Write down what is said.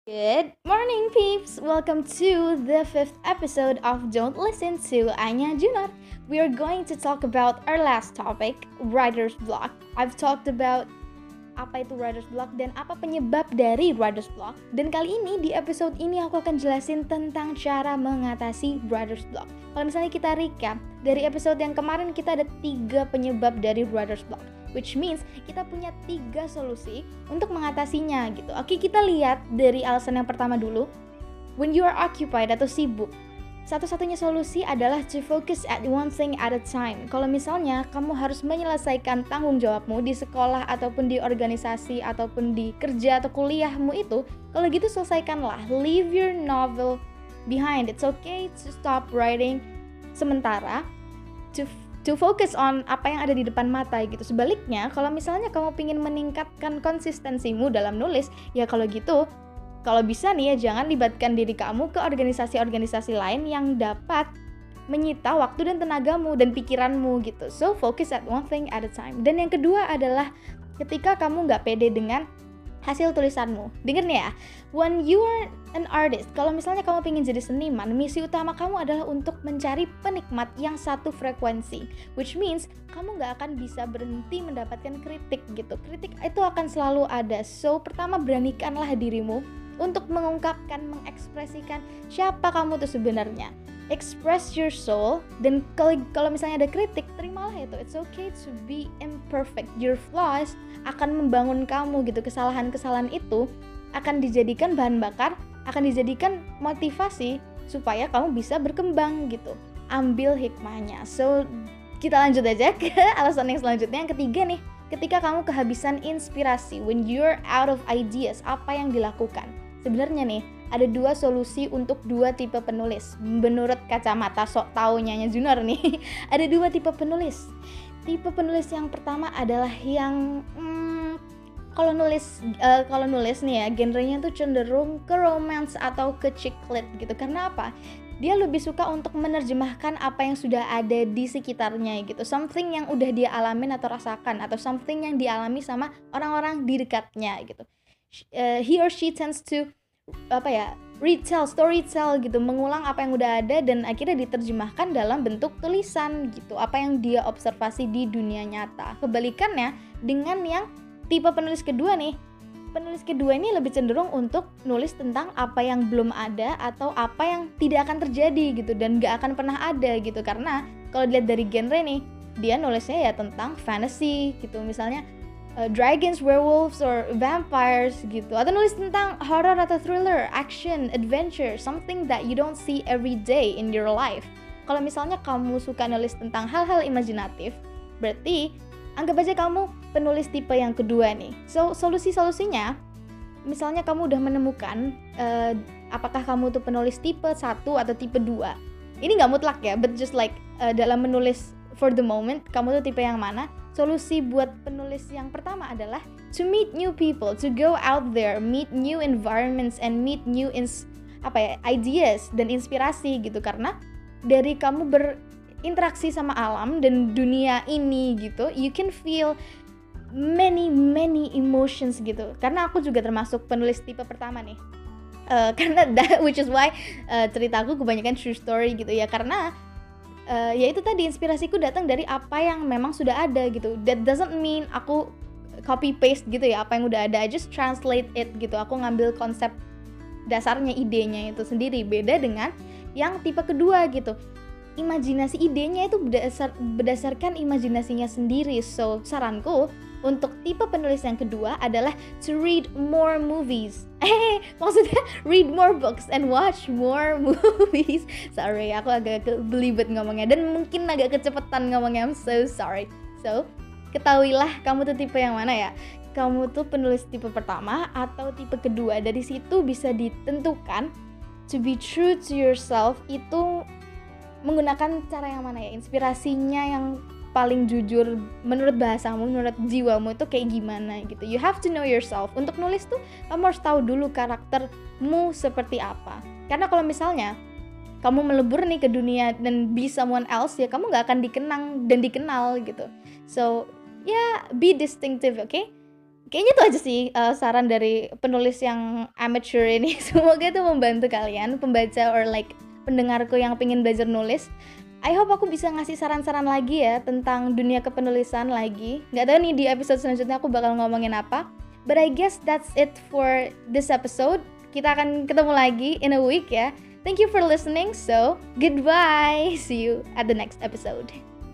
Good morning, peeps! Welcome to the fifth episode of Don't Listen to Anya Junor. We are going to talk about our last topic, writer's block. I've talked about apa itu writer's block dan apa penyebab dari writer's block. Dan kali ini di episode ini aku akan jelasin tentang cara mengatasi writer's block. Kalau misalnya kita recap, dari episode yang kemarin kita ada 3 penyebab dari writer's block. Which means kita punya 3 solusi untuk mengatasinya gitu. Oke, kita lihat dari alasan yang pertama dulu. When you are occupied atau sibuk, satu-satunya solusi adalah to focus at one thing at a time. Kalau misalnya kamu harus menyelesaikan tanggung jawabmu di sekolah ataupun di organisasi ataupun di kerja atau kuliahmu itu, kalau gitu selesaikanlah. Leave your novel behind. It's okay to stop writing sementara to focus on apa yang ada di depan mata gitu. Sebaliknya, kalau misalnya kamu ingin meningkatkan konsistensimu dalam nulis, ya kalau gitu, kalau bisa nih ya jangan libatkan diri kamu ke organisasi-organisasi lain yang dapat menyita waktu dan tenagamu dan pikiranmu gitu. So, focus at one thing at a time. Dan yang kedua adalah ketika kamu nggak pede dengan hasil tulisanmu. Dengar nih ya, when you are an artist, kalau misalnya kamu ingin jadi seniman, misi utama kamu adalah untuk mencari penikmat yang satu frekuensi, which means kamu gak akan bisa berhenti mendapatkan kritik gitu. Kritik itu akan selalu ada. So, pertama beranikanlah dirimu untuk mengungkapkan, mengekspresikan siapa kamu tuh sebenarnya. Express your soul, dan kalau misalnya ada kritik, terimalah itu. It's okay to be imperfect. Your flaws akan membangun kamu gitu. Kesalahan-kesalahan itu akan dijadikan bahan bakar, akan dijadikan motivasi supaya kamu bisa berkembang gitu. Ambil hikmahnya. So, kita lanjut aja ke alasan yang selanjutnya. Yang ketiga nih, ketika kamu kehabisan inspirasi, when you're out of ideas, apa yang dilakukan? Sebenarnya nih, ada 2 solusi untuk 2 tipe penulis. Menurut kacamata sok taunya Junor nih, ada 2 tipe penulis. Tipe penulis yang pertama adalah yang kalau nulis nih ya, genrenya tuh cenderung ke romance atau ke chick lit gitu. Karena apa? Dia lebih suka untuk menerjemahkan apa yang sudah ada di sekitarnya gitu. Something yang udah dia alamin atau rasakan, atau something yang dialami sama orang-orang di dekatnya gitu. He or she tends to storytell gitu, mengulang apa yang udah ada dan akhirnya diterjemahkan dalam bentuk tulisan gitu, apa yang dia observasi di dunia nyata. Kebalikannya dengan yang tipe penulis kedua nih, penulis kedua ini lebih cenderung untuk nulis tentang apa yang belum ada atau apa yang tidak akan terjadi gitu dan gak akan pernah ada gitu. Karena kalau dilihat dari genre nih, dia nulisnya ya tentang fantasy gitu, misalnya dragons, werewolves, or vampires gitu, atau nulis tentang horror atau thriller, action, adventure, something that you don't see every day in your life. Kalau misalnya kamu suka nulis tentang hal-hal imajinatif, berarti anggap aja kamu penulis tipe yang kedua nih. So, solusi-solusinya, misalnya kamu udah menemukan apakah kamu tuh penulis tipe 1 atau tipe 2. Ini gak mutlak ya, but just like dalam menulis for the moment, kamu tuh tipe yang mana? Solusi buat penulis yang pertama adalah to meet new people, to go out there, meet new environments and meet new ideas dan inspirasi gitu. Karena dari kamu berinteraksi sama alam dan dunia ini gitu, you can feel many emotions gitu. Karena aku juga termasuk penulis tipe pertama nih. Which is why ceritaku kebanyakan true story gitu ya, karena ya itu tadi, inspirasiku datang dari apa yang memang sudah ada gitu. That doesn't mean aku copy paste gitu ya apa yang udah ada. I just translate it gitu. Aku ngambil konsep dasarnya, idenya itu sendiri. Beda dengan yang tipe kedua gitu. Imajinasi idenya itu berdasarkan imajinasinya sendiri. So, saranku untuk tipe penulis yang kedua adalah to read more movies. Maksudnya read more books and watch more movies. Sorry, aku agak belibet ngomongnya dan mungkin agak kecepetan ngomongnya. I'm so sorry. So, ketahuilah kamu tuh tipe yang mana ya. Kamu tuh penulis tipe pertama atau tipe kedua. Dari situ bisa ditentukan to be true to yourself itu menggunakan cara yang mana ya. Inspirasinya yang paling jujur menurut bahasamu, menurut jiwamu itu kayak gimana gitu. You have to know yourself. Untuk nulis tuh kamu harus tahu dulu karaktermu seperti apa. Karena kalau misalnya kamu melebur nih ke dunia dan be someone else, ya kamu gak akan dikenang dan dikenal gitu. So, be distinctive, okay? Kayaknya itu aja sih saran dari penulis yang amateur ini. Semoga itu membantu kalian, pembaca or like pendengarku yang pengen belajar nulis. I hope aku bisa ngasih saran-saran lagi ya tentang dunia kepenulisan lagi. Nggak tahu nih di episode selanjutnya aku bakal ngomongin apa. But I guess that's it for this episode. Kita akan ketemu lagi in a week ya. Thank you for listening. So, goodbye. See you at the next episode.